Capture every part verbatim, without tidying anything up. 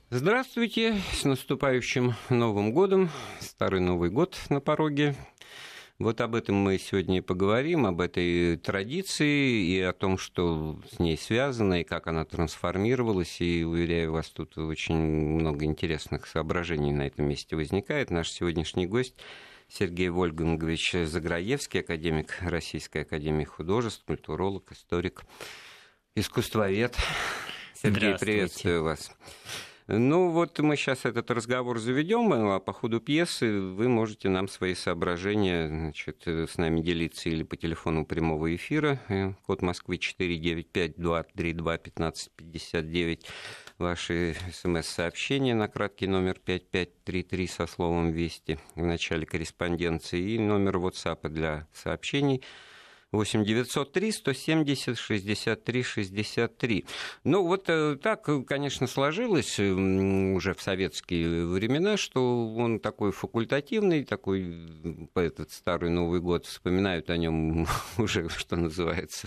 Здравствуйте, с наступающим Новым годом, Старый Новый год на пороге. Вот об этом мы сегодня и поговорим, об этой традиции и о том, что с ней связано, и как она трансформировалась. И, уверяю вас, тут очень много интересных соображений на этом месте возникает. Наш сегодняшний гость Сергей Вольфгангович Заграевский, академик Российской академии художеств, культуролог, историк, искусствовед. Сергей, приветствую вас. Ну, вот мы сейчас этот разговор заведем, а по ходу пьесы вы можете нам свои соображения, значит, с нами делиться или по телефону прямого эфира, код Москвы четыре девять пять два три два пятнадцать пятьдесят девять, ваши смс-сообщения на краткий номер пять пять три три со словом «Вести» в начале корреспонденции, и номер WhatsApp для сообщений восемь девятьсот три сто семьдесят шестьдесят три шестьдесят три. Ну, вот так, конечно, сложилось уже в советские времена, что он такой факультативный, такой, этот Старый Новый год, вспоминают о нем уже, что называется,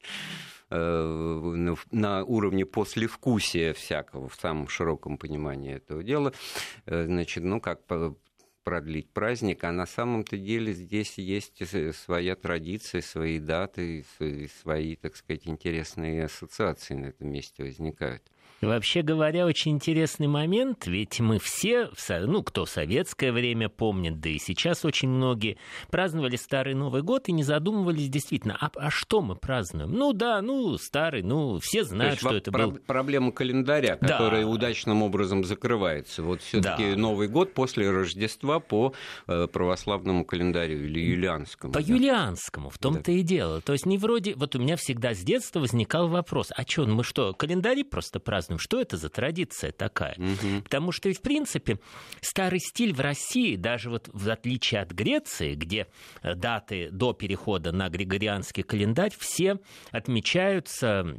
на уровне послевкусия всякого, в самом широком понимании этого дела. Значит, ну, как продлить праздник, а на самом-то деле здесь есть своя традиция, свои даты, свои, так сказать, интересные ассоциации на этом месте возникают. Вообще говоря, очень интересный момент, ведь мы все, ну, кто в советское время помнит, да и сейчас очень многие, праздновали Старый Новый год и не задумывались действительно, а, а что мы празднуем? Ну да, ну, старый, ну, все знают, что это про- был... Проблема календаря, да. которая удачным образом закрывается. Вот все-таки да. Новый год после Рождества по православному календарю или юлианскому. По да? юлианскому, в том-то да. и дело. То есть не вроде... Вот у меня всегда с детства возникал вопрос, а что, мы что, календари просто празднуем? Что это за традиция такая? Угу. Потому что, в принципе, старый стиль в России, даже вот в отличие от Греции, где даты до перехода на григорианский календарь, все отмечаются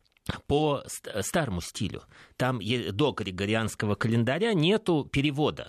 по старому стилю. Там до григорианского календаря нету перевода.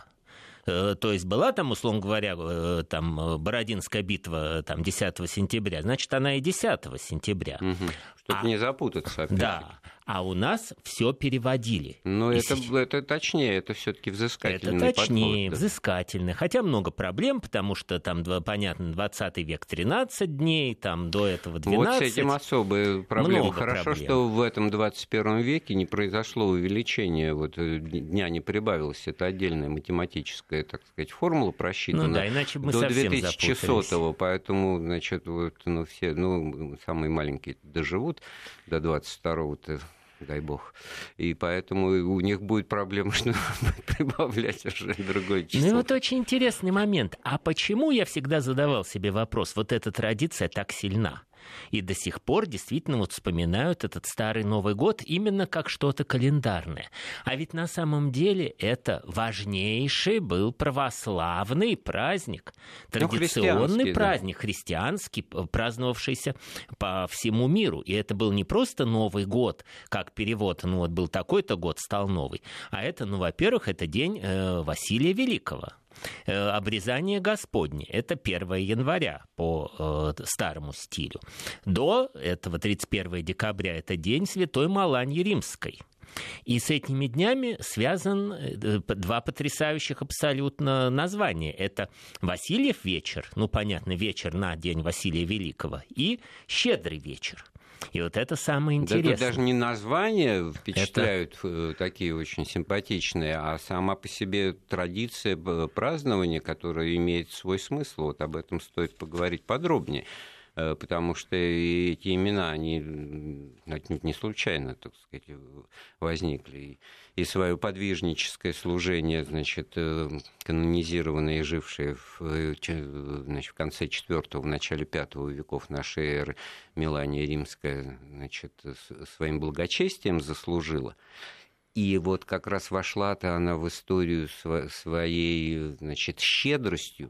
То есть была там, условно говоря, там Бородинская битва там, десятого сентября, значит, она и десятого сентября. Угу. Чтобы а, не запутаться. Опять. Да. А у нас все переводили. Но это, сейчас... это точнее, это все-таки взыскательный подход. Это точнее, подход, да. взыскательный. Хотя много проблем, потому что там, понятно, двадцатый век тринадцать дней, там до этого двенадцать. Вот с этим особые проблемы. Много Хорошо, проблем. Что в этом двадцать первом веке не произошло увеличение, вот, дня не прибавилось. Это отдельная математическая, так сказать, формула просчитана. Ну да, иначе бы мы до совсем две тысячи сотого, запутались. поэтому, значит, вот, ну, все, ну, самые маленькие доживут до двадцать второго-то. Дай бог. И поэтому у них будет проблема, что прибавлять уже другое число. Ну и вот очень интересный момент. А почему, я всегда задавал себе вопрос, вот эта традиция так сильна? И до сих пор действительно вот вспоминают этот Старый Новый год именно как что-то календарное. А ведь на самом деле это важнейший был православный праздник. Традиционный ну, праздник, да. христианский, праздновавшийся по всему миру. И это был не просто Новый год, как перевод, ну вот был такой-то год, стал новый. А это, ну, во-первых, это день э, Василия Великого. Обрезание Господне. Это первого января по э, старому стилю. До этого тридцать первого декабря это день Святой Маланьи Римской. И с этими днями связан э, два потрясающих абсолютно названия. Это Васильев вечер, ну, понятно, вечер на день Василия Великого, и Щедрый вечер. И вот это самое интересное. Это даже не названия впечатляют это... такие очень симпатичные, а сама по себе традиция празднования, которая имеет свой смысл. Вот об этом стоит поговорить подробнее. Потому что эти имена, они отнюдь не случайно, так сказать, возникли. И свое подвижническое служение, значит, канонизированное и жившее в, значит, в конце четвёртого, в начале пятого веков нашей эры, Мелания Римская, значит, своим благочестием заслужила. И вот как раз вошла-то она в историю своей, значит, щедростью.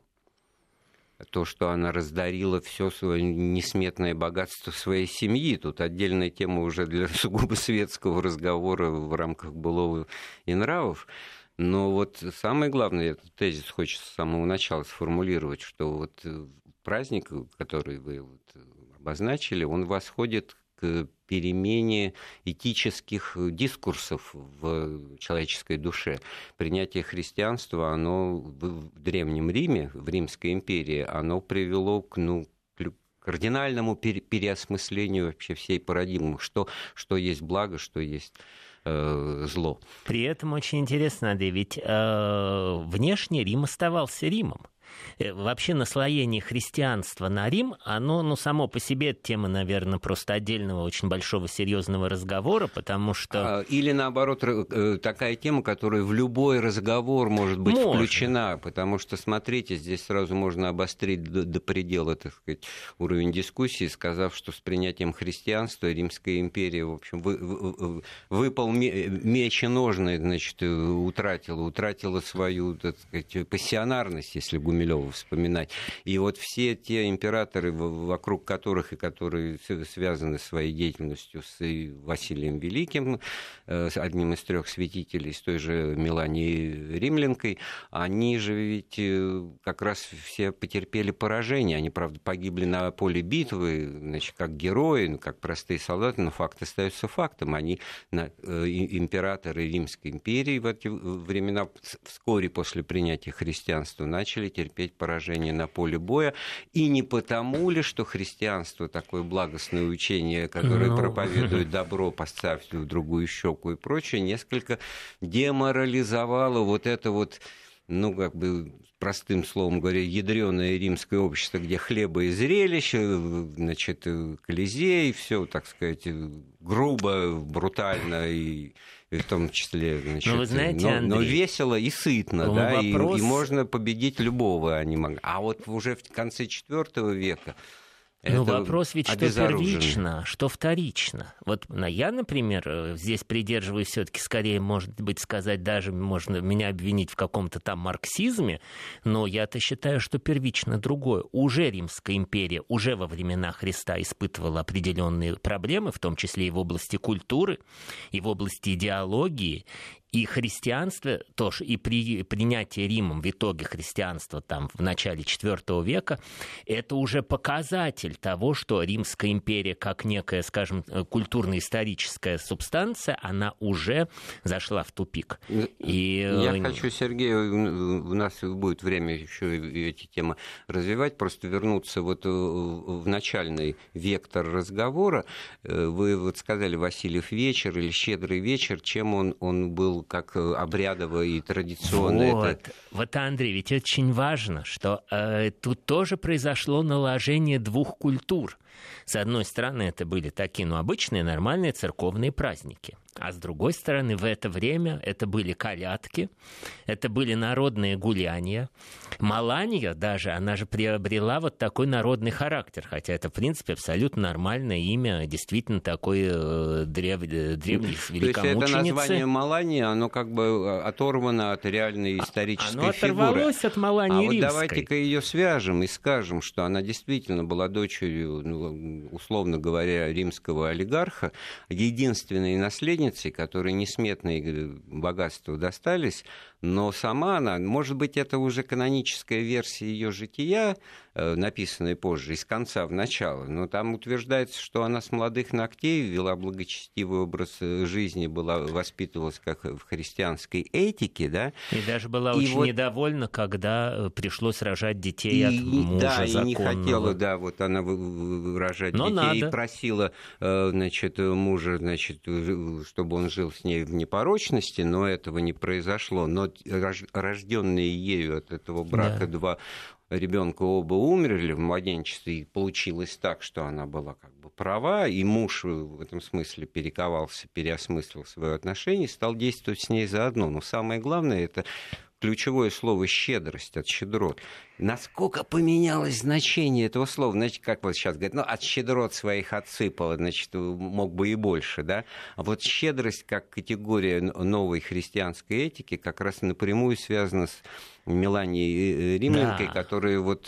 То, что она раздарила все свое несметное богатство своей семьи. Тут отдельная тема уже для сугубо светского разговора в рамках былого и нравов. Но вот самое главное, этот тезис хочется с самого начала сформулировать, что вот праздник, который вы вот обозначили, он восходит к перемене этических дискурсов в человеческой душе. Принятие христианства, оно в Древнем Риме, в Римской империи, оно привело к, ну, к кардинальному переосмыслению вообще всей парадигмы, что, что есть благо, что есть э, зло. При этом очень интересно, Андрей, ведь э, внешне Рим оставался Римом. Вообще наслоение христианства на Рим, оно, ну, само по себе тема, наверное, просто отдельного очень большого серьезного разговора, потому что... Или, наоборот, такая тема, которая в любой разговор может быть можно. включена, потому что, смотрите, здесь сразу можно обострить до, до предела, так сказать, уровень дискуссии, сказав, что с принятием христианства Римская империя, в общем, вы, вы, выпал меч и ножны, значит, утратила, утратила свою, так сказать, пассионарность, если Гумилев вспоминать. И вот все те императоры, вокруг которых и которые связаны своей деятельностью с Василием Великим, одним из трех святителей, с той же Меланией Римлянкой, они же ведь как раз все потерпели поражение. Они, правда, погибли на поле битвы, значит, как герои, как простые солдаты, но факт остается фактом. Они, императоры Римской империи в эти времена, вскоре после принятия христианства, начали терпеть поражение на поле боя, и не потому ли, что христианство такое благостное учение, которое no. проповедует добро, поставьте в другую щеку и прочее, несколько деморализовало вот это вот, ну, как бы, простым словом говоря, ядреное римское общество, где хлеба и зрелище, значит, Колизей, все, так сказать, грубо, брутально и в том числе, значит, но, вы знаете, но, Андрей, но весело и сытно, да, вопрос... и, и можно победить любого. Они могли. А вот уже в конце четвёртого века Но вопрос ведь, что первично, что вторично. Вот я, например, здесь придерживаюсь все-таки скорее, может быть, сказать, даже можно меня обвинить в каком-то там марксизме, но я-то считаю, что первично другое. Уже Римская империя, уже во времена Христа испытывала определенные проблемы, в том числе и в области культуры, и в области идеологии. И христианство тоже, и при принятии Римом в итоге христианства там в начале четвёртого века, это уже показатель того, что Римская империя как некая, скажем, культурно-историческая субстанция, она уже зашла в тупик. И... Я хочу, Сергей, у нас будет время еще эти темы развивать, просто вернуться вот в начальный вектор разговора. Вы вот сказали Васильев вечер или Щедрый вечер, чем он, он был как обрядово и традиционно. Вот, это... вот, Андрей, ведь очень важно, что э, тут тоже произошло наложение двух культур. С одной стороны, это были такие, ну, обычные, нормальные церковные праздники. А с другой стороны, в это время это были колядки, это были народные гуляния. Маланья даже, она же приобрела вот такой народный характер, хотя это, в принципе, абсолютно нормальное имя, действительно такое древ... древней великомученицы. То есть это название Маланья, оно как бы оторвано от реальной исторической оно фигуры. Оно оторвалось от Маланьи а римской. Вот давайте-ка ее свяжем и скажем, что она действительно была дочерью, ну, условно говоря, римского олигарха, единственной наследницей, которой несметные богатства достались, но сама она, может быть, это уже каноническая версия ее жития, написанная позже, из конца в начало, но там утверждается, что она с молодых ногтей вела благочестивый образ жизни, была, воспитывалась как в христианской этике, да. И даже была и очень вот... недовольна, когда пришлось рожать детей и, от мужа да, законного. И не хотела, да, вот она рожать но детей, надо. И просила, значит, мужа, значит, чтобы он жил с ней в непорочности, но этого не произошло. Но рожденные ею от этого брака да. два ребенка оба умерли в младенчестве, и получилось так, что она была как бы права, и муж в этом смысле перековался, переосмыслил свои отношения, стал действовать с ней заодно. Но самое главное, это ключевое слово «щедрость», от «щедрот». Насколько поменялось значение этого слова? Значит, как вот сейчас говорят, ну, от щедрот своих отсыпало, значит, мог бы и больше, да? А вот щедрость как категория новой христианской этики как раз напрямую связана с Меланией Римлянкой, да. которая вот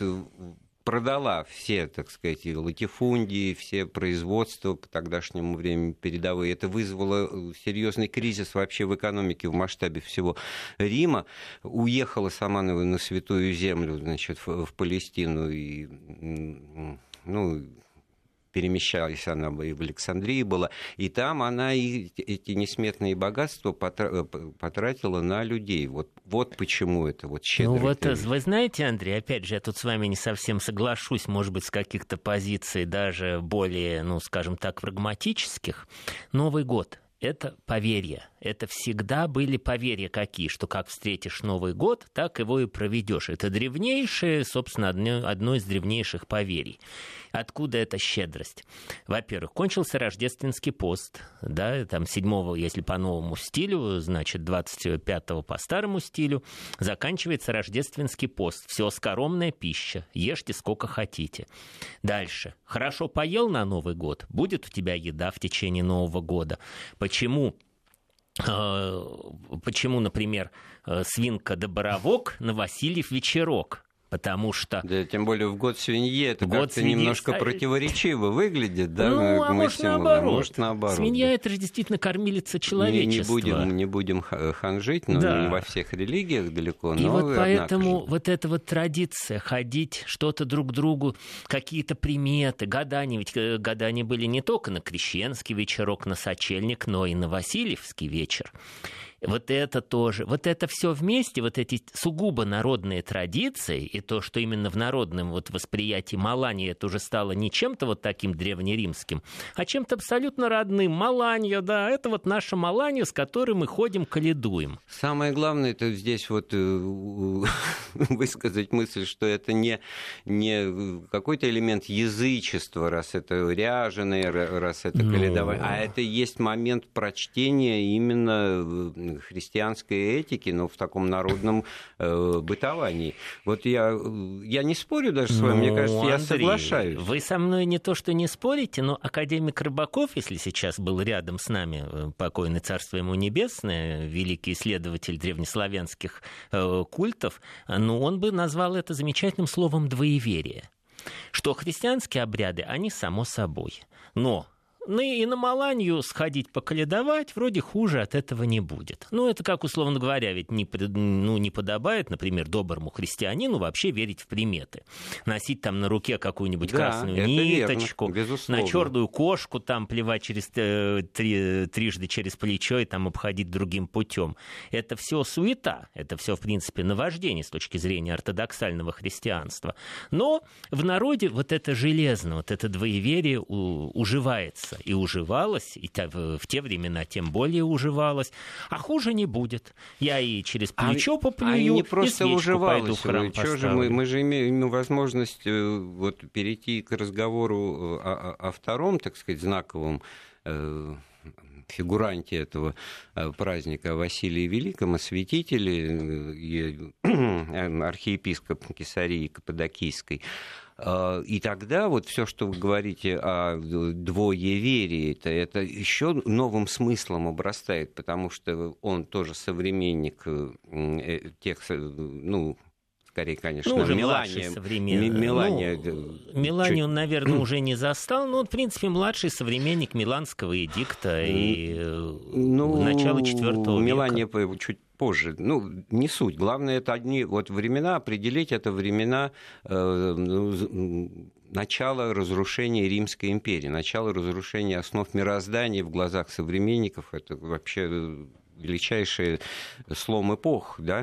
продала все, так сказать, латифундии, все производства по тогдашнему времени передовые. Это вызвало серьезный кризис вообще в экономике в масштабе всего Рима. Уехала сама на, на Святую Землю, значит, в, в Палестину и, ну, перемещалась, она и в Александрии была, и там она и эти несметные богатства потратила на людей. Вот, вот почему это вот щедрый. Ну вот вы знаете, Андрей, опять же, я тут с вами не совсем соглашусь, может быть, с каких-то позиций даже более, ну, скажем так, прагматических. Новый год — это поверья. Это всегда были поверья какие, что как встретишь Новый год, так его и проведешь. Это древнейшее, собственно, одно, одно из древнейших поверий. Откуда эта щедрость? Во-первых, кончился рождественский пост, да, там седьмого, если по новому стилю, значит, двадцать пятого по старому стилю, заканчивается рождественский пост. Все скоромная пища, ешьте сколько хотите. Дальше. Хорошо поел на Новый год, будет у тебя еда в течение Нового года. Почему? Почему, например, свинка да боровок на Васильев вечерок? Потому что... Да, тем более в год свиньи это год как-то свиньи... немножко противоречиво выглядит, да? Ну, а может наоборот. может наоборот. Свинья да. Это же действительно кормилица человечества. Не, не, будем, не будем ханжить, но да. не во всех религиях далеко. И но вот поэтому же. вот эта вот традиция ходить, что-то друг другу, какие-то приметы, гадания. Ведь гадания были не только на крещенский вечерок, на сочельник, но и на Васильевский вечер. Вот это тоже, вот это все вместе, вот эти сугубо народные традиции, и то, что именно в народном вот восприятии Маланья это уже стало не чем-то вот таким древнеримским, а чем-то абсолютно родным. Маланья, да, это вот наша Маланья, с которой мы ходим, каледуем. Самое главное, это здесь вот высказать мысль, что это не, не какой-то элемент язычества, раз это ряженые, раз это каледование, а это есть момент прочтения именно христианской этики, но в таком народном э, бытовании. Вот я, я не спорю даже с вами, ну, мне кажется, я Андрей, соглашаюсь. Вы со мной не то что не спорите, но академик Рыбаков, если сейчас был рядом с нами, покойный царство ему небесное, великий исследователь древнеславянских э, культов, ну, он бы назвал это замечательным словом «двоеверие». Что христианские обряды, они само собой, но... Ну и на Маланью сходить поколедовать вроде хуже от этого не будет. Ну, это, как условно говоря, ведь не, ну, не подобает, например, доброму христианину вообще верить в приметы. Носить там на руке какую-нибудь да, красную ниточку, на черную кошку там плевать через, три, трижды через плечо и там обходить другим путем. Это все суета, это все, в принципе, наваждение с точки зрения ортодоксального христианства. Но в народе вот это железно, вот это двоеверие уживается. И уживалось, и в те времена тем более уживалось, а хуже не будет. Я и через плечо а, поплюю, а не просто и свечку пойду в храм поставлю. Же мы, мы же имеем возможность вот, перейти к разговору о, о втором, так сказать, знаковом э, фигуранте этого праздника, Василии Великом, осветителе и архиепископ Кесарии Каппадокийской. И тогда вот все, что вы говорите о двоеверии, это, это еще новым смыслом обрастает, потому что он тоже современник тех, ну, скорее, конечно, ну, уже Мелания. Мелания, ну, Меланию он, наверное, уже не застал, но он, в принципе, младший современник Миланского эдикта и ну, начала четвёртого века. Мелания чуть позже. Ну, не суть. Главное, это одни вот времена, определить это времена э, ну, начала разрушения Римской империи, начала разрушения основ мироздания в глазах современников. Это вообще величайший слом эпох, да,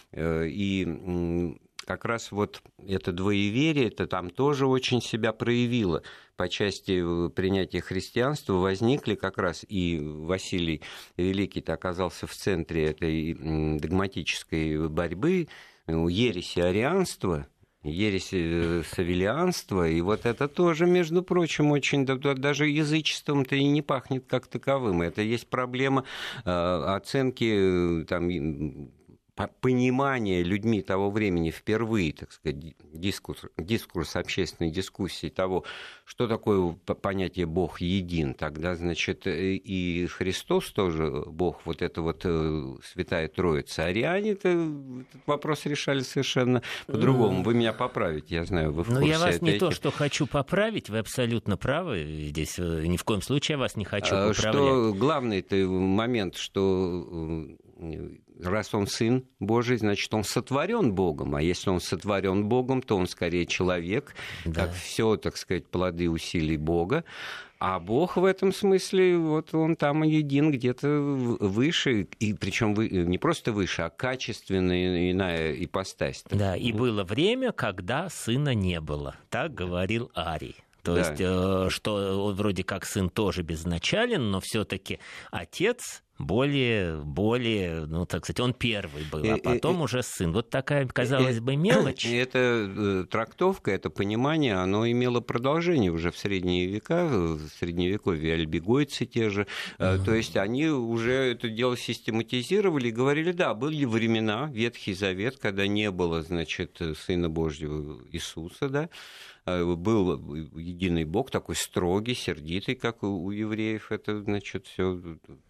и как раз вот это двоеверие, это там тоже очень себя проявило. По части принятия христианства возникли как раз, и Василий Великий оказался в центре этой догматической борьбы, ереси арианства, ереси савелианства, и вот это тоже, между прочим, очень, даже язычеством-то и не пахнет как таковым. Это есть проблема оценки там, понимание людьми того времени впервые, так сказать, дискурс, дискурс общественной дискуссии того, что такое понятие «Бог един». Тогда, значит, и Христос тоже Бог, вот это вот Святая Троица. Ариане-то этот вопрос решали совершенно по-другому. Вы меня поправите, я знаю, вы в курсе. Ну, я вас не эти... то, что хочу поправить, вы абсолютно правы. Здесь ни в коем случае я вас не хочу поправлять. Что главный-то момент, что раз он Сын Божий, значит, он сотворен Богом. А если он сотворен Богом, то он скорее человек, да. Как все, так сказать, плоды усилий Бога. А Бог в этом смысле, вот он там един где-то выше, и причем не просто выше, а качественно иная ипостась. Да, и было время, когда сына не было, так говорил Арий. То да. есть, э, что вроде как сын тоже безначален, но все-таки отец более, более, ну, так сказать, он первый был, а потом и, уже сын. Вот такая, казалось и, бы, мелочь. И эта трактовка, это понимание, оно имело продолжение уже в средние века, в Средневековье, альбегойцы те же. Mm-hmm. То есть они уже это дело систематизировали и говорили, да, были времена, Ветхий Завет, когда не было, значит, Сына Божьего Иисуса, да, был единый Бог, такой строгий, сердитый, как у евреев, это, значит, все...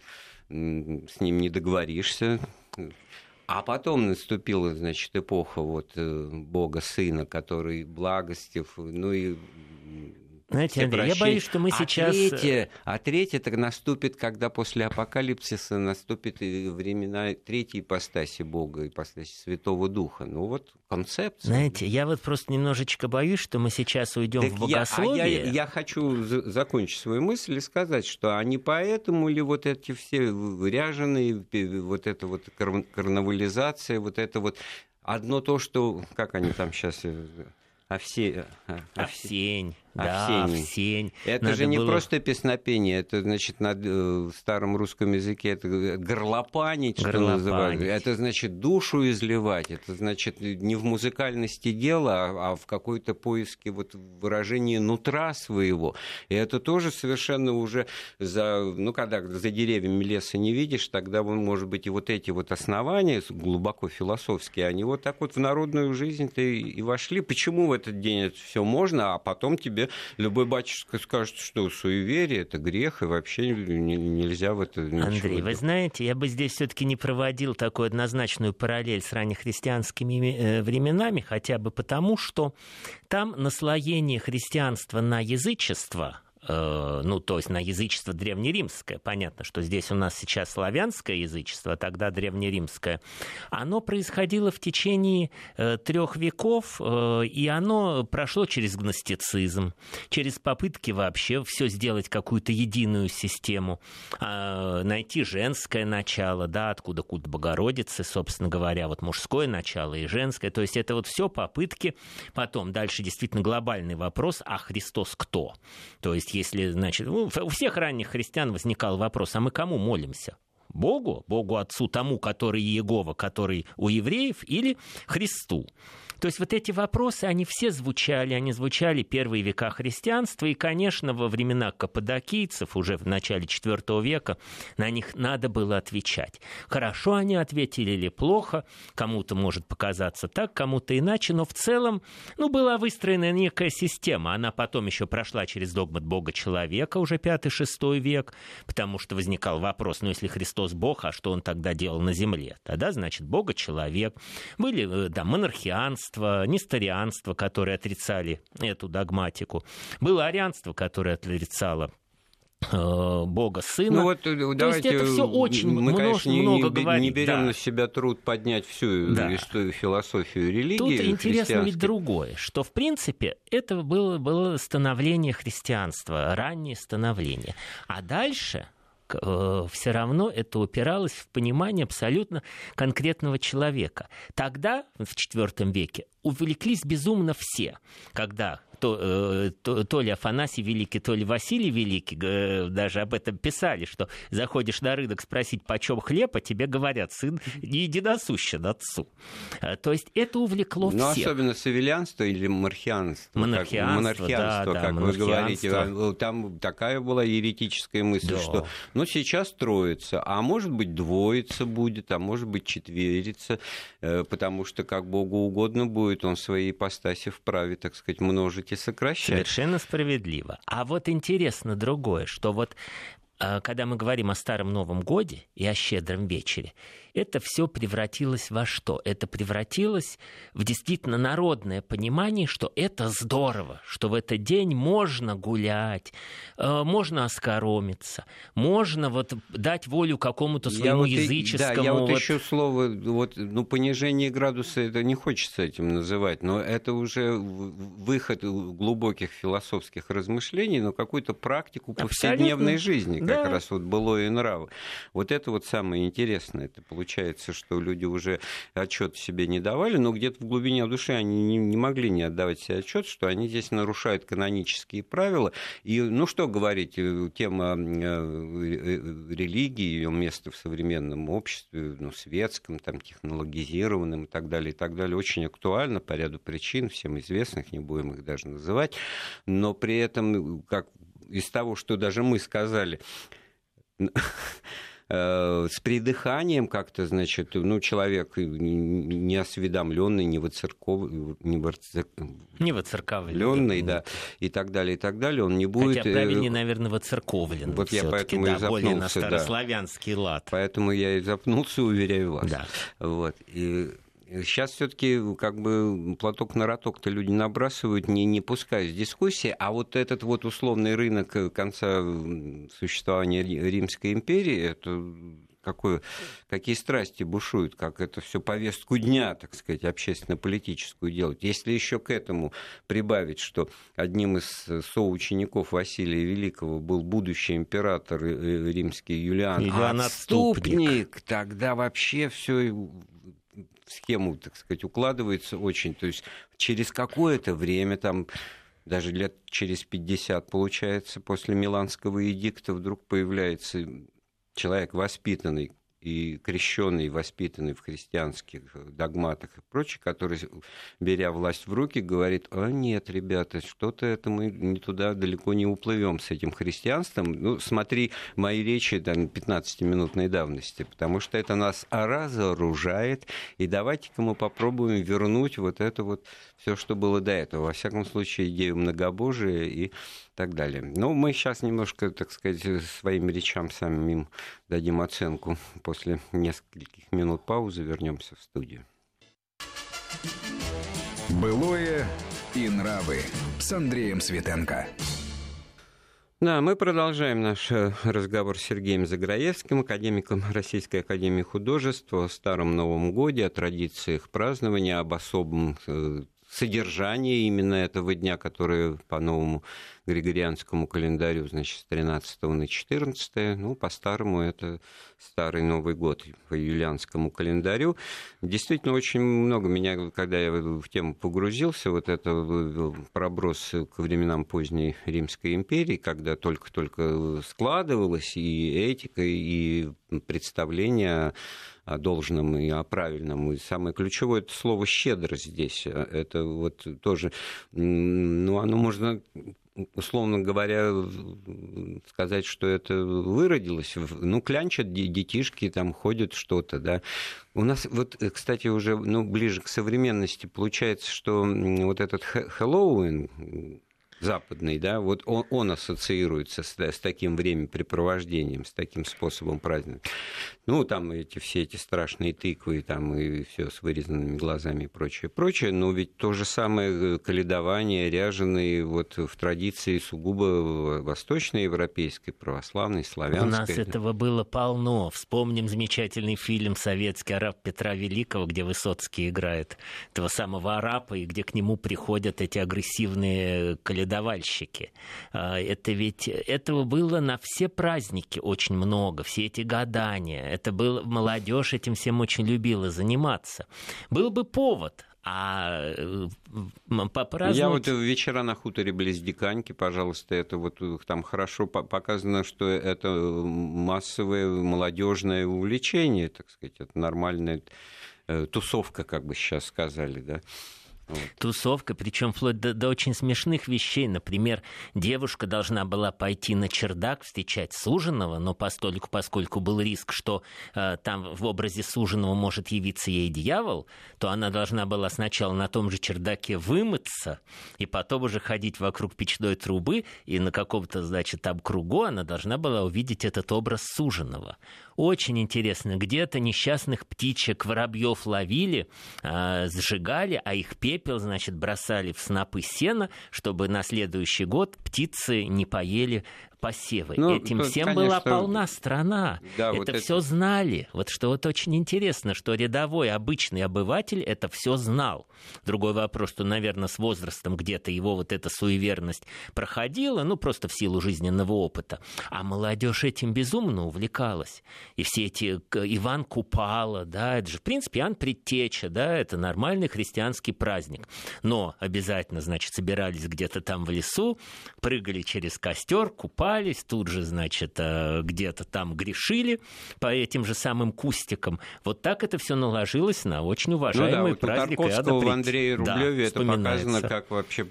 с ним не договоришься. А потом наступила, значит, эпоха вот Бога Сына, который благостив, ну и... Знаете, Андрей, я боюсь, что мы а сейчас... Третье, а третье так наступит, когда после апокалипсиса наступит и времена третьей ипостаси Бога, ипостаси Святого Духа. Ну вот концепция. Знаете, я вот просто немножечко боюсь, что мы сейчас уйдем так в богословие. Я, а я, я хочу закончить свою мысль и сказать, что а не поэтому ли вот эти все ряженые, вот эта вот карнавализация, вот это вот одно то, что... Как они там сейчас... Овсе... Овсень. Да, Овсень. Это Надо же не было... просто песнопение, это, значит, на э, старом русском языке это горлопанить, что называется. Это значит душу изливать, это значит не в музыкальности дела, а, а в какой-то поиске вот выражения нутра своего. И это тоже совершенно уже за, ну, когда за деревьями леса не видишь, тогда, может быть, и вот эти вот основания глубоко философские, они вот так вот в народную жизнь-то и вошли. Почему в этот день это все можно, а потом тебе любой батюшка скажет, что суеверие – это грех, и вообще нельзя в это ничего Андрей, делать. Вы знаете, я бы здесь все-таки не проводил такую однозначную параллель с раннехристианскими временами, хотя бы потому, что там наслоение христианства на язычество, ну, то есть на язычество древнеримское, понятно, что здесь у нас сейчас славянское язычество, а тогда древнеримское, оно происходило в течение э, трех веков, э, и оно прошло через гностицизм, через попытки вообще все сделать какую-то единую систему, э, найти женское начало, да, откуда культ Богородицы, собственно говоря, вот мужское начало и женское, то есть это вот все попытки, потом дальше действительно глобальный вопрос, а Христос кто? То есть если, значит, у всех ранних христиан возникал вопрос, а мы кому молимся? Богу, Богу Отцу, тому, который Иегова, который у евреев, или Христу? То есть вот эти вопросы, они все звучали, они звучали первые века христианства, и, конечно, во времена каппадокийцев, уже в начале четвёртого века, на них надо было отвечать. Хорошо они ответили или плохо, кому-то может показаться так, кому-то иначе, но в целом, ну, была выстроена некая система, она потом еще прошла через догмат Бога-человека, уже пятый-шестой век, потому что возникал вопрос, ну, если Христос Бог, а что он тогда делал на земле? Тогда, значит, Бога-человек. Были, да, монархианство, несторианство, которые отрицали эту догматику. Было арианство, которое отрицало э, Бога Сына. Ну, вот, то давайте, есть это все очень мы, много, конечно, много не, говорит. не берем да. на себя труд поднять всю да. историю, философию религии. Тут интересно ведь другое, что, в принципе, это было, было становление христианства, раннее становление. А дальше... все равно это упиралось в понимание абсолютно конкретного человека. Тогда, в четвёртом веке, увлеклись безумно все, когда то, то, то ли Афанасий Великий, то ли Василий Великий даже об этом писали, что заходишь на рынок спросить, почем хлеб, а тебе говорят, сын не единосущен отцу. То есть это увлекло Но всех. Особенно савелианство или монархианство. Монархианство, как, монархианство, да, как да, вы говорите. Там такая была еретическая мысль, да. что ну, сейчас троица, а может быть двоица будет, а может быть четверица, потому что как Богу угодно будет, он в своей ипостаси вправе, так сказать, множить и сокращать. Совершенно справедливо. А вот интересно другое, что вот когда мы говорим о Старом Новом Годе и о Щедром вечере, это все превратилось во что? Это превратилось в действительно народное понимание, что это здорово, что в этот день можно гулять, можно оскоромиться, можно вот дать волю какому-то своему я языческому... Вот, да, я вот, вот еще слово, вот, ну, понижение градуса, это не хочется этим называть, но это уже выход глубоких философских размышлений на какую-то практику повседневной жизни, как да. раз вот былое нравы. Вот это вот самое интересное, это получается, что люди уже отчет себе не давали, но где-то в глубине души они не, не могли не отдавать себе отчет, что они здесь нарушают канонические правила. И, ну что говорить, тема религии, ее место в современном обществе, ну, светском, там, технологизированном и так далее, и так далее, очень актуально по ряду причин, всем известных, не будем их даже называть, но при этом, как из того, что даже мы сказали, с придыханием как-то, значит, ну, человек неосведомленный, не воцерковленный, не воцерковленный, да, и так далее, и так далее, он не будет... Хотя правильнее, наверное, воцерковленный. Вот я поэтому да, и запнулся, более на старославянский да. лад. Поэтому я и запнулся, уверяю вас. Да. Вот. И... Сейчас все-таки как бы платок на роток-то люди набрасывают, не, не пускаясь в дискуссии, а вот этот вот условный рынок конца существования Римской империи, это какое, какие страсти бушуют, как это все повестку дня, так сказать, общественно-политическую делать. Если еще к этому прибавить, что одним из соучеников Василия Великого был будущий император римский Юлиан, Юлиан Отступник, Отступник, тогда вообще все... схему, так сказать, укладывается очень. То есть через какое-то время, там, даже лет через пятьдесят, получается, после Миланского эдикта вдруг появляется человек воспитанный и крещенный, воспитанный в христианских догматах и прочее, который, беря власть в руки, говорит: а нет, ребята, что-то это мы не туда далеко не уплывем с этим христианством. Ну, смотри мои речи там, пятнадцатиминутной давности, потому что это нас разоружает, и давайте-ка мы попробуем вернуть вот это вот все, что было до этого. Во всяком случае, идею многобожия и так далее. Но мы сейчас немножко, так сказать, своим речам самим дадим оценку. После нескольких минут паузы вернемся в студию. Былое и нравы с Андреем Светенко. Да, мы продолжаем наш разговор с Сергеем Заграевским, академиком Российской академии художеств, о Старом Новом Годе, о традициях празднования, об особом содержании именно этого дня, которое по новому григорианскому календарю, значит, с тринадцатого на четырнадцатое, ну, по-старому это Старый Новый год по юлианскому календарю. Действительно, очень много меня, когда я в тему погрузился, вот это проброс к временам поздней Римской империи, когда только-только складывалась и этика, и представление о должном и о правильном. И самое ключевое — это слово «щедрость» здесь. Это вот тоже, ну, оно можно, условно говоря, сказать, что это выродилось. Ну, клянчат детишки, там ходят что-то, да. У нас вот, кстати, уже, ну, ближе к современности получается, что вот этот Хэллоуин западный, да, вот он, он ассоциируется с, с таким времяпрепровождением, с таким способом празднования. Ну, там эти, все эти страшные тыквы, там, и все с вырезанными глазами и прочее, прочее, но ведь то же самое коледование, ряженые вот в традиции сугубо восточноевропейской, православной, славянской. У нас этого было полно. Вспомним замечательный фильм «Советский араб» Петра Великого, где Высоцкий играет этого самого араба, и где к нему приходят эти агрессивные коледования, давальщики. Это ведь этого было на все праздники очень много, все эти гадания. Это было, молодежь этим всем очень любила заниматься. Был бы повод. А попраздновать... Я вот вечера на хуторе близ Диканьки, пожалуйста, это вот там хорошо показано, что это массовое молодежное увлечение, так сказать, это нормальная тусовка, как бы сейчас сказали, да. Вот. Тусовка, причем вплоть до, до очень смешных вещей. Например, девушка должна была пойти на чердак встречать суженого, но постольку, поскольку был риск, что э, там в образе суженого может явиться ей дьявол, то она должна была сначала на том же чердаке вымыться, и потом уже ходить вокруг печной трубы, и на каком-то, значит, там кругу она должна была увидеть этот образ суженого. Очень интересно. Где-то несчастных птичек, воробьев ловили, э, сжигали, а их пепел, значит, бросали в снопы сена, чтобы на следующий год птицы не поели посевы. Ну, Этим то, всем конечно, была полна страна. Да, это вот все это... знали. Вот что вот очень интересно, что рядовой обычный обыватель это все знал. Другой вопрос, что, наверное, с возрастом где-то его вот эта суеверность проходила, ну, просто в силу жизненного опыта. А молодежь этим безумно увлекалась. И все эти Иван Купала, да, это же, в принципе, Иоанн Предтеча, да, это нормальный христианский праздник. Но обязательно, значит, собирались где-то там в лесу, прыгали через костер, купались, тут же, значит, где-то там грешили по этим же самым кустикам. Вот так это все наложилось на очень уважаемый ну да, вот праздник. У Тарковского в Андрее Рублеве да, это показано как вообще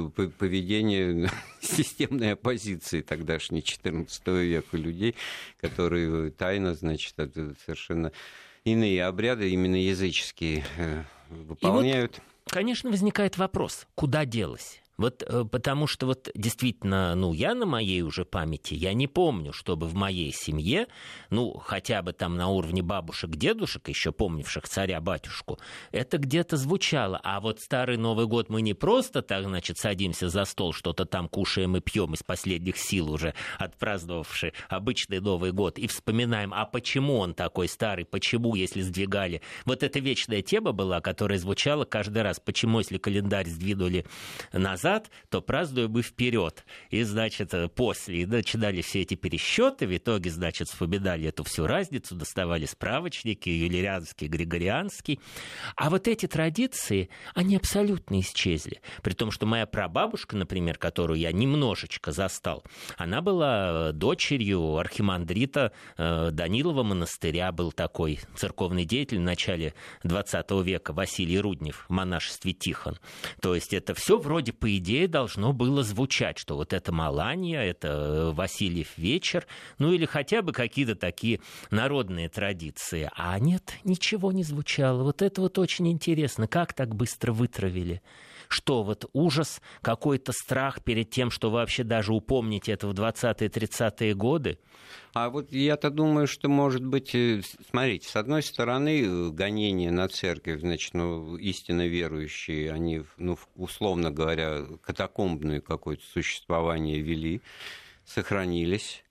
поведение системной оппозиции тогдашней четырнадцатого века людей, которые тайно, значит, совершенно иные обряды, именно языческие, выполняют. И вот, конечно, возникает вопрос, куда делось? Вот потому что вот действительно, ну, я на моей уже памяти, я не помню, чтобы в моей семье, ну, хотя бы там на уровне бабушек, дедушек, еще помнивших царя-батюшку, это где-то звучало. А вот Старый Новый год мы не просто так, значит, садимся за стол, что-то там кушаем и пьем из последних сил уже, отпраздновавши обычный Новый год, и вспоминаем, а почему он такой старый, почему, если сдвигали. Вот эта вечная тема была, которая звучала каждый раз, почему, если календарь сдвинули назад, то празднуем мы вперед. И, значит, после и начинали все эти пересчеты, в итоге, значит, вспоминали эту всю разницу, доставали справочники, юлианский, григорианский. А вот эти традиции, они абсолютно исчезли. При том, что моя прабабушка, например, которую я немножечко застал, она была дочерью архимандрита Данилова монастыря, был такой церковный деятель в начале двадцатого века, Василий Руднев, в монашестве Тихон. То есть это все вроде по идее должно было звучать, что вот это Маланья, это Васильев вечер, ну или хотя бы какие-то такие народные традиции. А нет, ничего не звучало. Вот это вот очень интересно, как так быстро вытравили. Что вот ужас, какой-то страх перед тем, что вообще даже упомнить это в двадцатые-тридцатые годы? А вот я-то думаю, что, может быть, смотрите, с одной стороны, гонения на церковь, значит, ну, истинно верующие, они, ну, условно говоря, катакомбное какое-то существование вели, сохранились.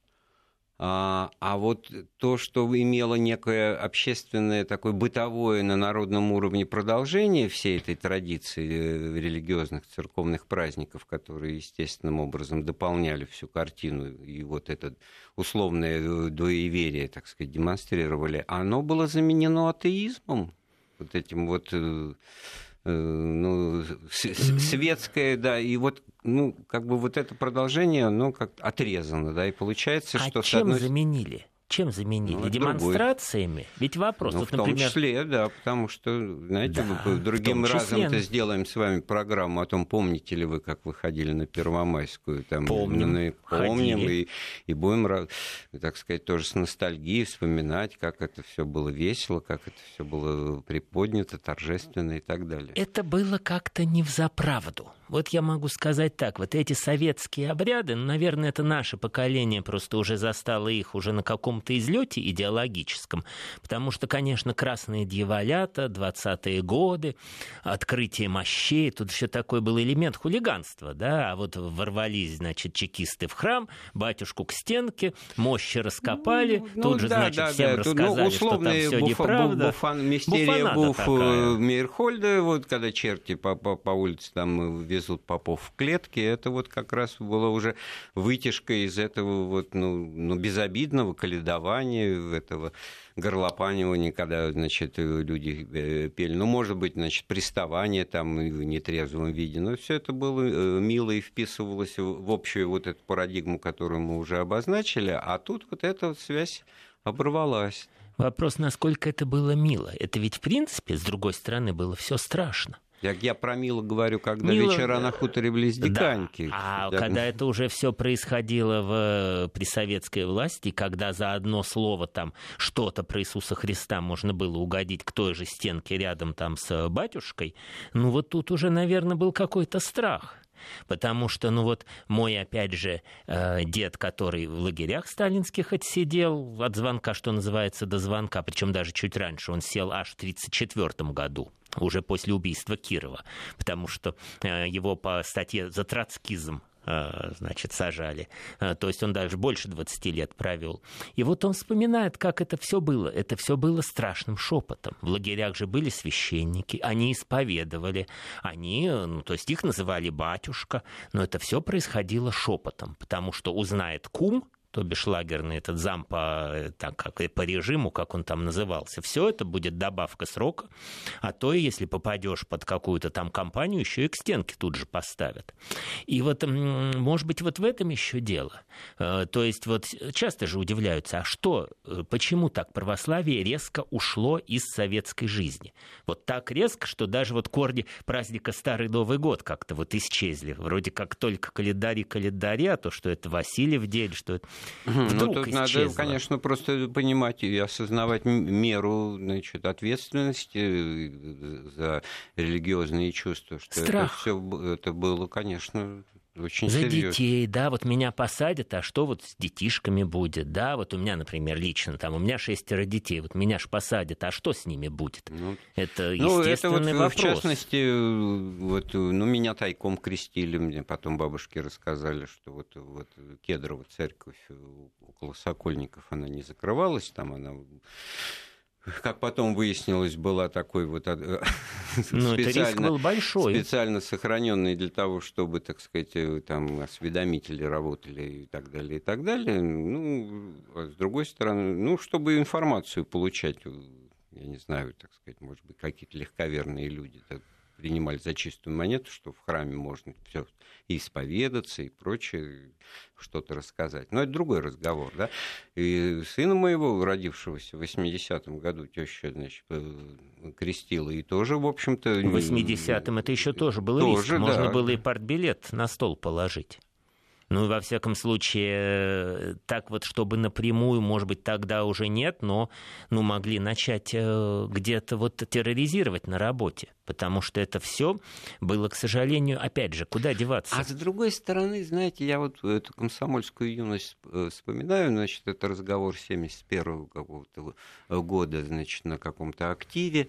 А, а вот то, что имело некое общественное, такое бытовое на народном уровне продолжение всей этой традиции религиозных церковных праздников, которые естественным образом дополняли всю картину, и вот это условное дуеверие, так сказать, демонстрировали, оно было заменено атеизмом, вот этим вот... ну, светское, да, и вот, ну, как бы вот это продолжение, ну, как отрезано, да, и получается, а что... А чем одной... заменили? Чем заменили? Ну, демонстрациями? Другой. Ведь вопрос, ну, вот, в том например... числе, да, потому что, знаете, да, мы другим разом-то сделаем с вами программу о том, помните ли вы, как вы ходили на Первомайскую. Там, помним, на, помним и, и будем, так сказать, тоже с ностальгией вспоминать, как это все было весело, как это все было приподнято, торжественно и так далее. Это было как-то не взаправду. Вот я могу сказать так, вот эти советские обряды, ну, наверное, это наше поколение просто уже застало их уже на каком-то излете идеологическом, потому что, конечно, красные дьяволята, двадцатые годы, открытие мощей, тут все такой был элемент хулиганства, да, а вот ворвались, значит, чекисты в храм, батюшку к стенке, мощи раскопали, ну, тут ну, же, да, значит, да, всем да. рассказали, ну, что там все буф, неправда. Буфан, мистерия Буф Мейерхольда, вот когда черти по, по, по улице там везут попов в клетке, это вот как раз было уже вытяжка из этого вот, ну, ну, безобидного каледования, этого горлопанивания, когда, значит, люди пели. Ну, может быть, значит, приставание там в нетрезвом виде, но все это было мило и вписывалось в общую вот эту парадигму, которую мы уже обозначили, а тут вот эта вот связь оборвалась. Вопрос, насколько это было мило. Это ведь, в принципе, с другой стороны, было все страшно. Я, я про Милу говорю, когда Мила... вечера на хуторе близ Диканьки. Да. А я... когда это уже все происходило в, при советской власти, когда за одно слово там что-то про Иисуса Христа можно было угодить к той же стенке рядом там с батюшкой, ну вот тут уже, наверное, был какой-то страх. Потому что, ну вот, мой, опять же, э, дед, который в лагерях сталинских отсидел от звонка, что называется, до звонка, причем даже чуть раньше, он сел аж в тридцать четвёртом году, уже после убийства Кирова, потому что э, его по статье за троцкизм значит, сажали. То есть он даже больше двадцати лет провел. И вот он вспоминает, как это все было. Это все было страшным шепотом. В лагерях же были священники, они исповедовали, они, ну, то есть их называли батюшка, но это все происходило шепотом, потому что узнает кум, то бишь лагерный этот зам по, так, как, по режиму, как он там назывался, все это будет добавка срока, а то, если попадешь под какую-то там компанию, еще и к стенке тут же поставят. И вот, может быть, вот в этом еще дело. То есть вот часто же удивляются, а что, почему так православие резко ушло из советской жизни? Вот так резко, что даже вот корни праздника Старый Новый год как-то вот исчезли. Вроде как только календари календари, а то, что это Васильев день, что это... Ну, тут исчезло. Надо, конечно, просто понимать и осознавать меру, значит, ответственности за религиозные чувства, что Страх. это все это было, конечно, очень за серьезно. Детей, да, вот меня посадят, а что вот с детишками будет, да, вот у меня, например, лично, там, у меня шестеро детей, вот меня ж посадят, а что с ними будет? Ну, это естественный ну, это вот, вопрос. В частности, вот, ну, меня тайком крестили, мне потом бабушки рассказали, что вот, вот Кедрово церковь около Сокольников, она не закрывалась, там она... Как потом выяснилось, была такой вот ну, специально, был большой. специально сохраненный для того, чтобы, так сказать, там осведомители работали и так далее, и так далее. Ну, а с другой стороны, ну, чтобы информацию получать, я не знаю, так сказать, может быть, какие-то легковерные люди так, принимали за чистую монету, что в храме можно все и исповедаться, и прочее, что-то рассказать. Но это другой разговор, да. И сына моего, родившегося в восьмидесятом году, теща, значит, крестила, и тоже, в общем-то... В восьмидесятом это еще тоже был тоже, риск. Можно да. было и партбилет на стол положить. Ну, во всяком случае, так вот, чтобы напрямую, может быть, тогда уже нет, но ну, могли начать где-то вот терроризировать на работе, потому что это все было, к сожалению, опять же, куда деваться? А с другой стороны, знаете, я вот эту комсомольскую юность вспоминаю, значит, это разговор семьдесят первого какого-то года, значит, на каком-то активе,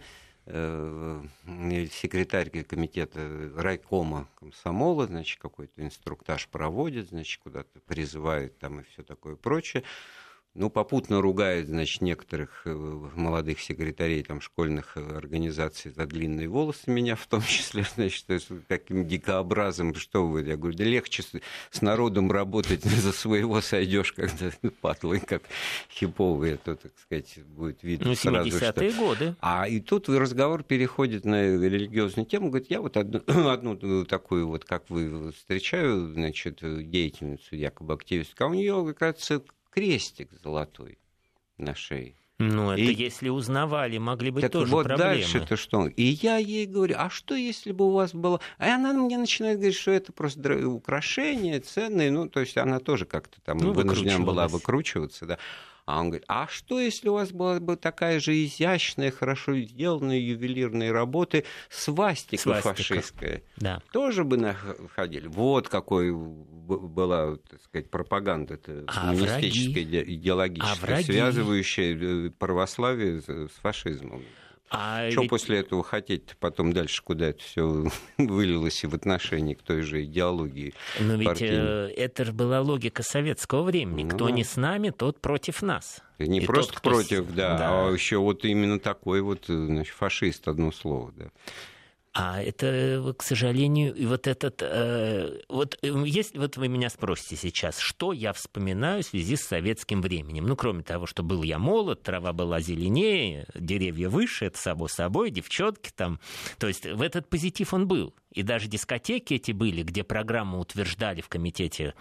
секретарь комитета райкома комсомола, значит, какой-то инструктаж проводит, значит, куда-то призывает там и все такое прочее. Ну, попутно ругает, значит, некоторых молодых секретарей там, школьных организаций за длинные волосы, меня в том числе, значит, каким дикообразом, что вы, я говорю, да легче с, с народом работать, за своего сойдешь, когда патлы, как хиповые, то, так сказать, будет видно ну, сразу, семидесятые что... годы. А и тут разговор переходит на религиозную тему, говорит, я вот одну, одну такую вот, как вы, встречаю, значит, деятельницу, якобы активистку, а у нее, оказывается, крестик золотой на шее. Ну, это и... если узнавали, могли быть так тоже вот проблемы. Дальше-то что? И я ей говорю, а что, если бы у вас было... А она мне начинает говорить, что это просто украшения ценные, ну, то есть она тоже как-то там ну, вынуждена была выкручиваться, да. А он говорит, а что, если у вас была бы такая же изящная, хорошо сделанная ювелирная работа, свастика, свастика. фашистская? Да. Тоже бы находили. Вот какой была, так сказать, пропаганда а коммунистическая, враги? идеологическая, а связывающая православие с фашизмом. А что ведь... после этого хотеть потом дальше, куда это все вылилось и в отношении к той же идеологии? Но ведь э, это же была логика советского времени. Ну, кто не с нами, тот против нас. Не и просто тот, кто... против, да, да, а еще вот именно такой вот, значит, фашист, одно слово, да. А это, к сожалению, и вот этот... Э, вот если вот вы меня спросите сейчас, что я вспоминаю в связи с советским временем? Ну, кроме того, что был я молод, трава была зеленее, деревья выше, это само собой, девчонки там. То есть в этот позитив он был. И даже дискотеки эти были, где программу утверждали в комитете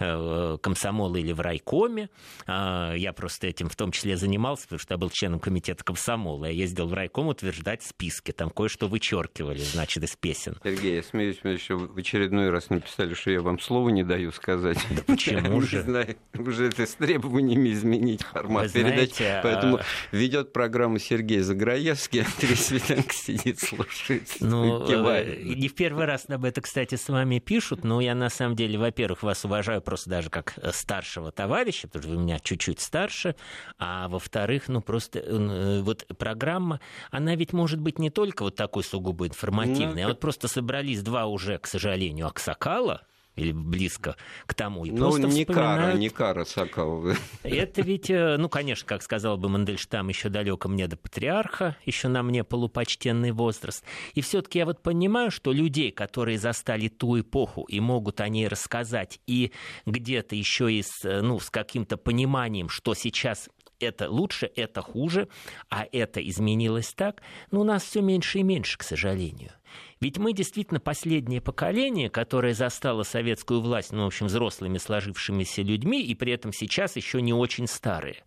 э, комсомола или в райкоме. Э, я просто этим в том числе занимался, потому что я был членом комитета комсомола. Я ездил в райком утверждать списки. Там кое-что вычеркивали, значит, из песен. Сергей, я смеюсь, мы еще в очередной раз написали, что я вам слова не даю сказать. Да почему же? Не знаю, уже это с требованиями изменить формат передачи. Поэтому ведет программу Сергей Заграевский, Андрей Светенко сидит, слушает, кивает. Не в первый раз об этом, кстати, с вами пишут, но я на самом деле, во-первых, вас уважаю просто даже как старшего товарища, потому что вы меня чуть-чуть старше, а во-вторых, ну просто вот программа, она ведь может быть не только вот такой сугубо информативной, ну, а вот просто собрались два уже, к сожалению, аксакала, или близко к тому. И ну, просто не вспоминают... Кара, не Кара Соколова. Это ведь, ну, конечно, как сказал бы Мандельштам, еще далеко мне до патриарха, еще на мне полупочтенный возраст. И все-таки я вот понимаю, что людей, которые застали ту эпоху и могут о ней рассказать, и где-то еще и с, ну, с каким-то пониманием, что сейчас это лучше, это хуже, а это изменилось так, но у нас все меньше и меньше, к сожалению. Ведь мы действительно последнее поколение, которое застало советскую власть, ну, в общем, взрослыми сложившимися людьми, и при этом сейчас еще не очень старые.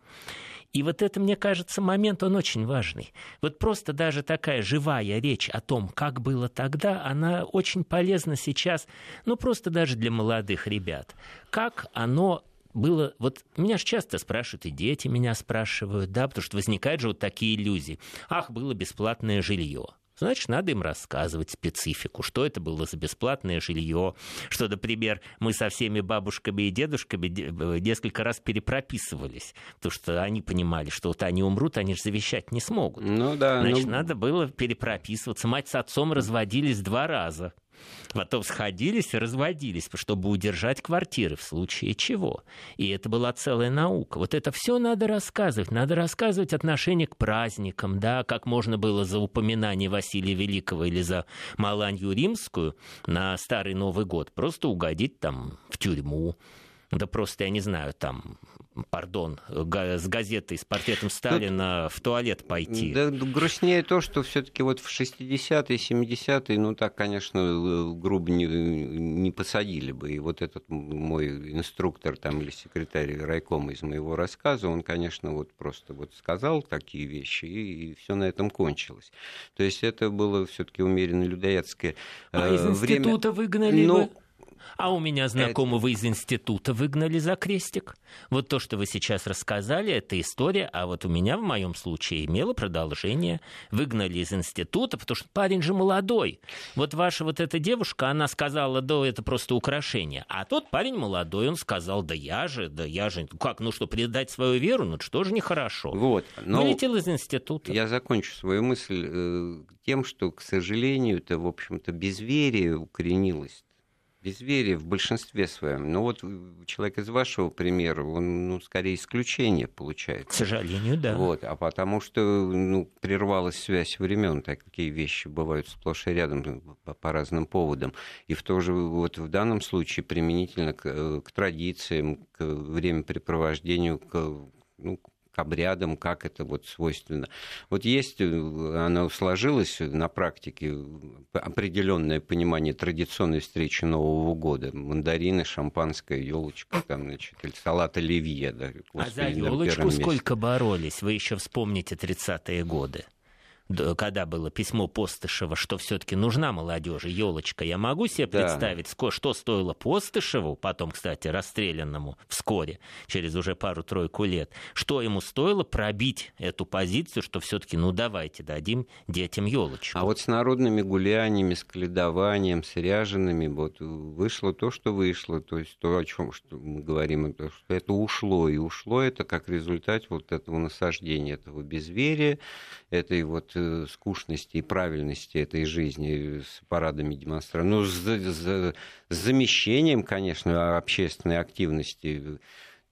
И вот это, мне кажется, момент, он очень важный. Вот просто даже такая живая речь о том, как было тогда, она очень полезна сейчас, ну, просто даже для молодых ребят. Как оно было, вот меня же часто спрашивают, и дети меня спрашивают, да, потому что возникают же вот такие иллюзии. Ах, было бесплатное жилье. Значит, надо им рассказывать специфику, что это было за бесплатное жилье, что, например, мы со всеми бабушками и дедушками несколько раз перепрописывались, потому что они понимали, что вот они умрут, они же завещать не смогут. Ну, да, Значит, ну... надо было перепрописываться. Мать с отцом разводились два раза. Потом сходились и разводились, чтобы удержать квартиры в случае чего. И это была целая наука. Вот это все надо рассказывать. Надо рассказывать отношение к праздникам, да, как можно было за упоминание Василия Великого или за Маланью Римскую на Старый Новый год просто угодить там в тюрьму. Да просто, я не знаю, там, пардон, с газетой, с портретом Сталина Тут, в туалет пойти. Да, грустнее то, что все-таки вот в шестидесятые, семидесятые, ну так, конечно, грубо не, не посадили бы. И вот этот мой инструктор там или секретарь райкома из моего рассказа, он, конечно, вот просто вот сказал такие вещи, и, и все на этом кончилось. То есть это было все-таки умеренно людоедское а э, из время. Института выгнали Но... вы? А у меня знакомого это... из института выгнали за крестик. Вот то, что вы сейчас рассказали, это история, а вот у меня в моем случае имело продолжение. Выгнали из института, потому что парень же молодой. Вот ваша вот эта девушка, она сказала, да, это просто украшение. А тот парень молодой, он сказал, да я же, да я же, как, ну что, предать свою веру, ну что же нехорошо. Вот, но вылетел из института. Я закончу свою мысль э, тем, что, к сожалению, это, в общем-то, безверие укоренилось. Безверие в большинстве своем. Но вот человек из вашего примера, он, ну, скорее исключение получается. К сожалению, да. Вот, а потому что, ну, прервалась связь времен, такие вещи бывают сплошь и рядом по, по разным поводам. И в то же, вот в данном случае применительно к, к традициям, к времяпрепровождению, к, ну, обрядам, как это вот свойственно. Вот есть, оно сложилось на практике определенное понимание традиционной встречи Нового года. Мандарины, шампанское, елочка, там, значит, салат оливье. Да, а за елочку сколько боролись? Вы еще вспомните тридцатые годы. Когда было письмо Постышева, что все-таки нужна молодежи елочка, я могу себе да. представить, что стоило Постышеву, потом, кстати, расстрелянному вскоре, через уже пару-тройку лет, что ему стоило пробить эту позицию, что все-таки, ну давайте дадим детям елочку. А вот с народными гуляниями, с коледованием, с ряжеными, вот вышло то, что вышло, то есть то, о чем мы говорим, что это ушло, и ушло это как результат вот этого насаждения, этого безверия, этой вот скучности и правильности этой жизни с парадами демонстраций. Ну, с, с, с замещением, конечно, общественной активности.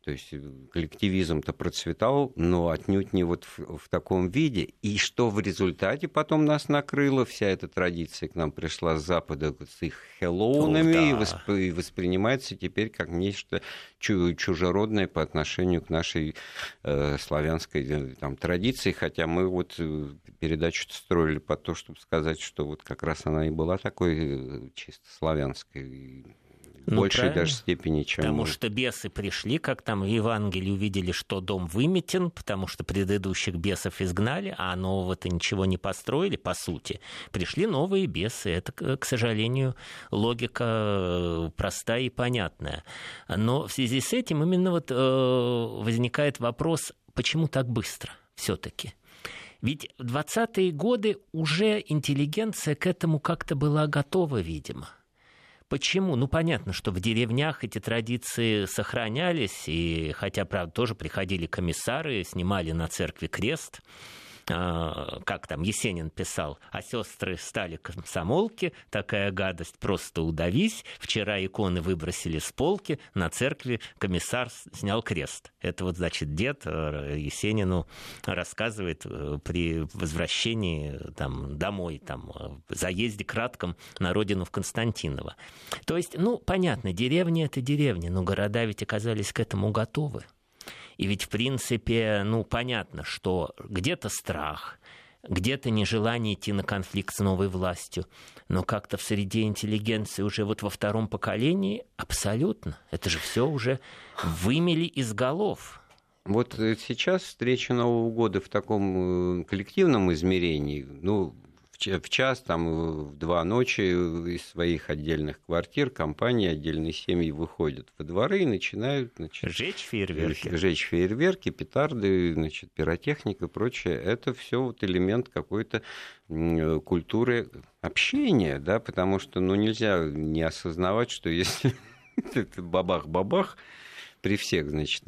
То есть коллективизм-то процветал, но отнюдь не вот в, в таком виде. И что в результате потом нас накрыло, вся эта традиция к нам пришла с Запада с их хэллоунами, да. и, восп, и воспринимается теперь как нечто чужеродное по отношению к нашей э, славянской там, традиции. Хотя мы вот передачу строили под то, чтобы сказать, что вот как раз она и была такой чисто славянской. В ну, большей правильно. даже степени, чем... Потому что бесы пришли, как там в Евангелии увидели, что дом выметен, потому что предыдущих бесов изгнали, а нового-то ничего не построили, по сути. Пришли новые бесы. Это, к сожалению, логика простая и понятная. Но в связи с этим именно вот, э, возникает вопрос, почему так быстро все-таки? Ведь в двадцатые годы уже интеллигенция к этому как-то была готова, видимо. Почему? Ну, понятно, что в деревнях эти традиции сохранялись, и хотя, правда, тоже приходили комиссары, снимали на церкви крест, как там Есенин писал, а сестры стали комсомолки, такая гадость, просто удавись. Вчера иконы выбросили с полки, на церкви комиссар снял крест. Это вот, значит, дед Есенину рассказывает при возвращении там, домой, там, заезде кратком на родину в Константиново. То есть, ну, понятно, деревня — это деревня, но города ведь оказались к этому готовы. И ведь, в принципе, ну, понятно, что где-то страх, где-то нежелание идти на конфликт с новой властью, но как-то в среде интеллигенции уже вот во втором поколении абсолютно. Это же все уже вымели из голов. Вот сейчас встреча Нового года в таком коллективном измерении, ну, в час, там, в два ночи из своих отдельных квартир компании, отдельные семьи выходят во дворы и начинают, значит, жечь фейерверки. Жечь фейерверки, петарды, значит, пиротехника и прочее. Это все вот элемент какой-то культуры общения, да, потому что, ну, нельзя не осознавать, что если это бабах-бабах при всех, значит,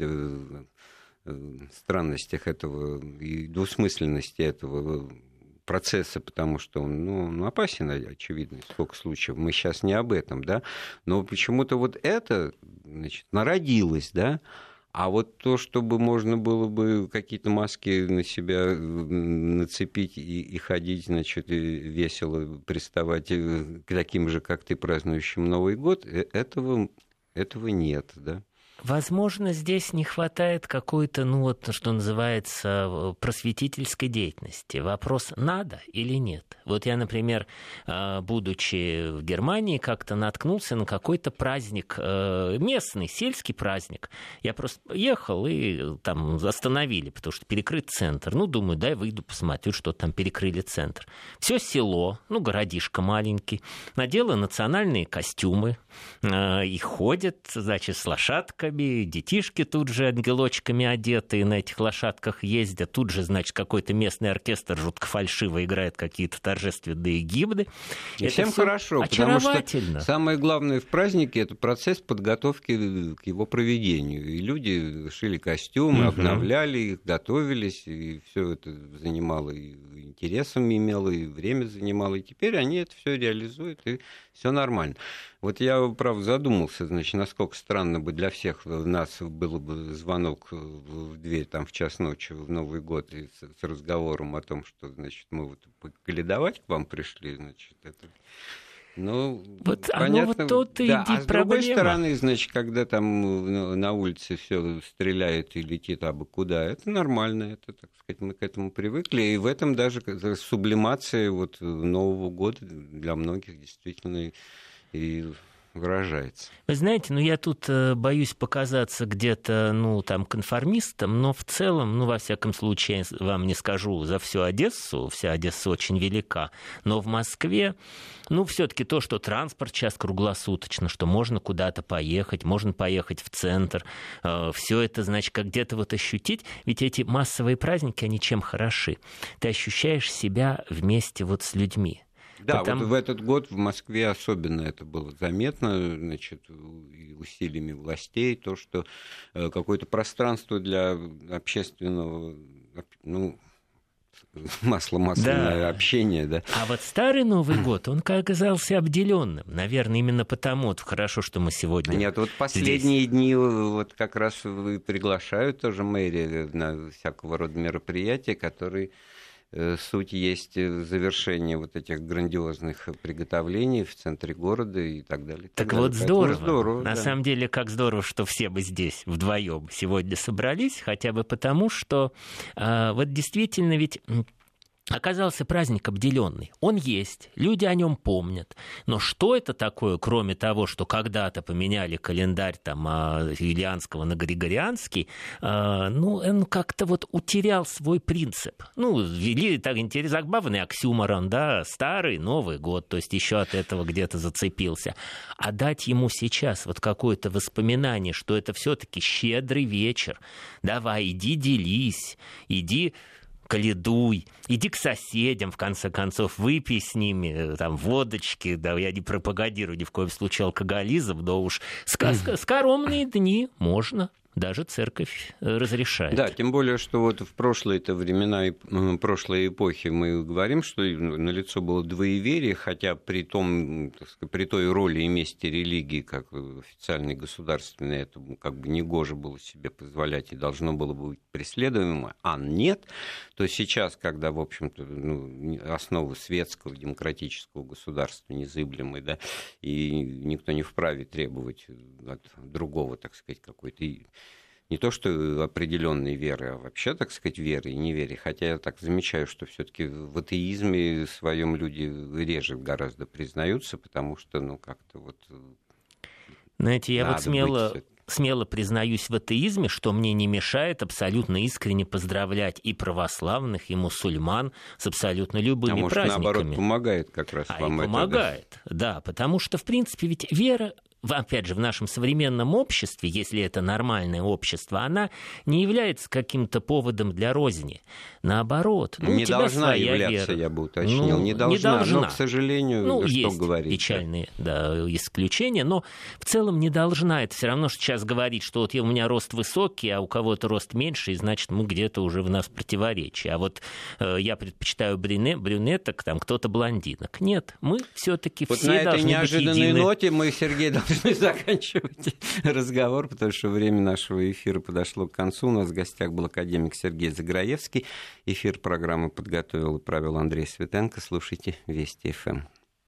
странностях этого и двусмысленности этого процесса, потому что он, ну, опасен, очевидно, сколько случаев. Мы сейчас не об этом, да, но почему-то вот это, значит, народилось, да, а вот то, чтобы можно было бы какие-то маски на себя нацепить и, и ходить, значит, и весело приставать к таким же, как ты, празднующим Новый год, этого, этого нет, да. Возможно, здесь не хватает какой-то, ну вот, что называется, просветительской деятельности. Вопрос, надо или нет? Вот я, например, будучи в Германии, как-то наткнулся на какой-то праздник, местный, сельский праздник. Я просто ехал и там остановили, потому что перекрыт центр. Ну, думаю, дай выйду, посмотрю, что там перекрыли центр. Все село, ну, городишко маленький, надело национальные костюмы, и ходят, значит, с лошадками, детишки тут же ангелочками одетые на этих лошадках ездят. Тут же, значит, какой-то местный оркестр жутко фальшиво играет какие-то торжественные гимны. И это всем хорошо, потому что самое главное в празднике — это процесс подготовки к его проведению. И люди шили костюмы, угу. обновляли их, готовились, и все это занимало, и интересом имело, и время занимало. И теперь они это все реализуют, и все нормально. Вот я, правда, задумался, значит, насколько странно бы для всех нас было бы звонок в дверь там, в час ночи в Новый год и с, с разговором о том, что, значит, мы вот поколедовать к вам пришли, значит, это... Ну, вот, понятно, вот то-то да. и А с другой стороны, значит, когда там на улице все стреляет и летит абы куда, это нормально, это, так сказать, мы к этому привыкли, и в этом даже сублимация вот Нового года для многих действительно и выражается. Вы знаете, ну я тут э, боюсь показаться где-то, ну, там, конформистом, но в целом, ну, во всяком случае, вам не скажу за всю Одессу, вся Одесса очень велика, но в Москве, ну, все-таки то, что транспорт сейчас круглосуточно, что можно куда-то поехать, можно поехать в центр, э, все это, значит, как где-то вот ощутить, ведь эти массовые праздники, они чем хороши? Ты ощущаешь себя вместе вот с людьми. Да, Потому... вот в этот год в Москве особенно это было заметно, значит, усилиями властей, то, что какое-то пространство для общественного, ну, масло масляное да. общение, да. А вот старый Новый год, он оказался обделенным. Наверное, именно потому, вот хорошо, что мы сегодня Нет, вот последние здесь. дни вот как раз приглашают тоже мэрии на всякого рода мероприятия, которые... Суть есть завершение вот этих грандиозных приготовлений в центре города и так далее. Так, так вот далее. здорово. здорово. На да. самом деле, как здорово, что все бы здесь вдвоем сегодня собрались, хотя бы потому, что э, вот действительно ведь... оказался праздник обделенный. Он есть, люди о нем помнят. Но что это такое, кроме того, что когда-то поменяли календарь там, юлианского на григорианский, э, ну, он как-то вот утерял свой принцип. Ну, ввели так интересный, забавный оксюморон, да, старый Новый год, то есть еще от этого где-то зацепился. А дать ему сейчас вот какое-то воспоминание, что это все-таки щедрый вечер. Давай, иди делись, иди... коледуй, иди к соседям, в конце концов, выпей с ними там водочки, да, я не пропагандирую ни в коем случае алкоголизм, но уж скоромные дни можно. Даже церковь разрешает. Да, тем более, что вот в прошлые-то времена, прошлой эпохи мы говорим, что налицо было двоеверие, хотя при, том, так сказать, при той роли и месте религии, как официальной государственной, это как бы негоже было себе позволять и должно было быть преследуемо, а нет, то сейчас, когда, в общем-то, ну, основы светского демократического государства незыблемы, да, и никто не вправе требовать от другого, так сказать, какой-то... Не то, что определенной веры, а вообще, так сказать, веры и неверия. Хотя я так замечаю, что все-таки в атеизме своем люди реже гораздо признаются, потому что, ну, как-то вот... Знаете, я вот смело, смело признаюсь в атеизме, что мне не мешает абсолютно искренне поздравлять и православных, и мусульман с абсолютно любыми а может, праздниками. наоборот, помогает как раз а вам и это. помогает, да? да, потому что, в принципе, ведь вера... опять же, в нашем современном обществе, если это нормальное общество, она не является каким-то поводом для розни. Наоборот, ну, не у тебя должна своя являться, вера. я бы уточнил. Ну, не, должна, не должна, но, к сожалению, ну, да что есть говорить. печальные да, исключения, но в целом не должна. Это все равно, что сейчас говорить, что вот у меня рост высокий, а у кого-то рост меньше, и значит, мы где-то уже в нас противоречие. А вот э, я предпочитаю брюне, брюнеток, там кто-то блондинок. Нет, мы все-таки вот все на должны этой неожиданной быть едины. ноте мы, Сергей, должны заканчивать разговор, потому что время нашего эфира подошло к концу. У нас в гостях был академик Сергей Заграевский. Эфир программы подготовил и провел Андрей Светенко. Слушайте Вести эф эм.